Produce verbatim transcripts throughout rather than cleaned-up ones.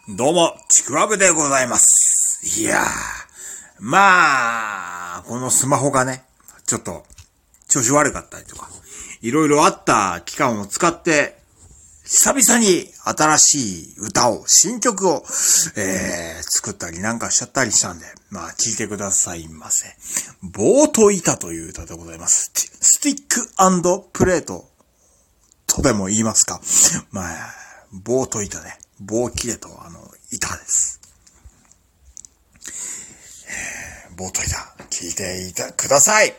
どうも、ちくわぶでございます。いやー、まあ、このスマホがね、ちょっと、調子悪かったりとか、いろいろあった期間を使って、久々に新しい歌を、新曲を、えー、作ったりなんかしちゃったりしたんで、まあ、聴いてくださいませ。棒と板という歌でございます。スティック&プレートとでも言いますか。まあ、棒と板ね。棒切れと、あの、板です。えー、棒と板、聞いていた、ください。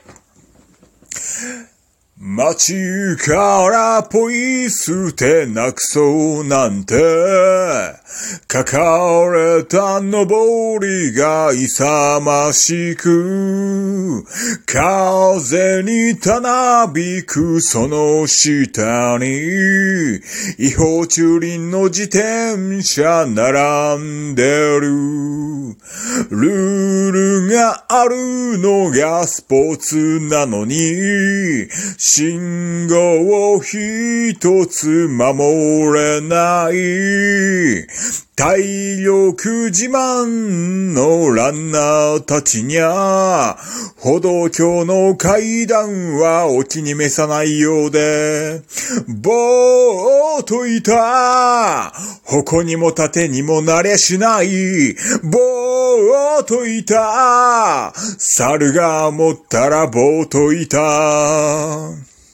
街からポイ捨てなくそうなんて書かれたのぼりが勇ましく風にたなびくその下に違法駐輪の自転車並んでるルールがあるのがスポーツなのに信号を一つ守れない体力自慢のランナーたちにゃ歩道橋の階段はお気に召さないようでぼーっといた矛にも盾にもなりゃしないぼーっといた猿が持ったらぼーっといた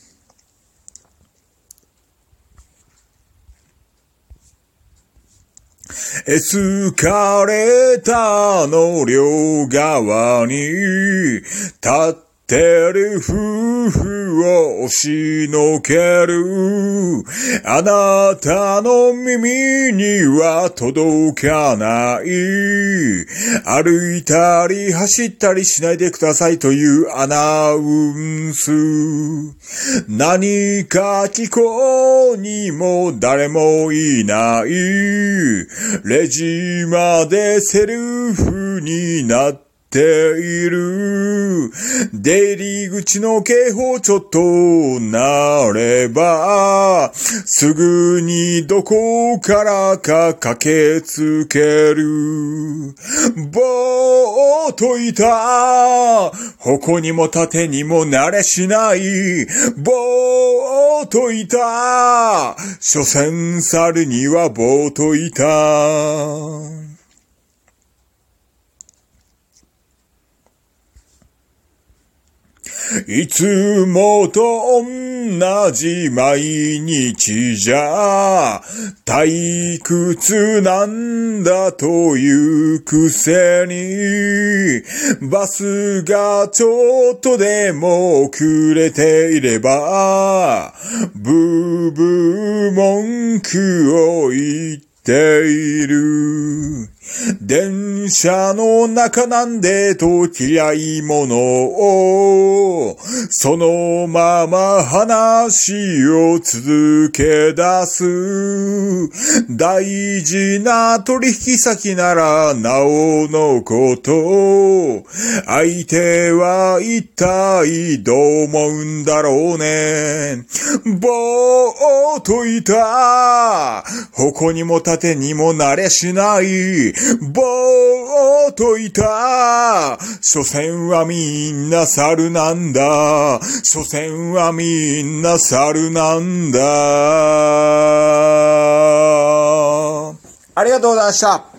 エスカレーターの両側に立ってる夫婦を押しのけるあなたの耳には届かない歩いたり走ったりしないでくださいというアナウンス何か聞こうにも誰もいないレジまでセルフになってている出入り口の警報ちょっとなればすぐにどこからか駆けつけるぼーっといた矛にも盾にもなれしないぼーっといた所詮猿にはぼーっといたいつもと同じ毎日じゃ退屈なんだというくせにバスがちょっとでも遅れていればブーブー文句を言っている電車の中なんでと嫌いものをそのまま話を続け出す大事な取引先ならなおのこと相手は一体どう思うんだろうねぼーっといた矛にも盾にもなれしないぼーっといた所詮はみんな猿なんだ所詮はみんな猿なんだありがとうございました。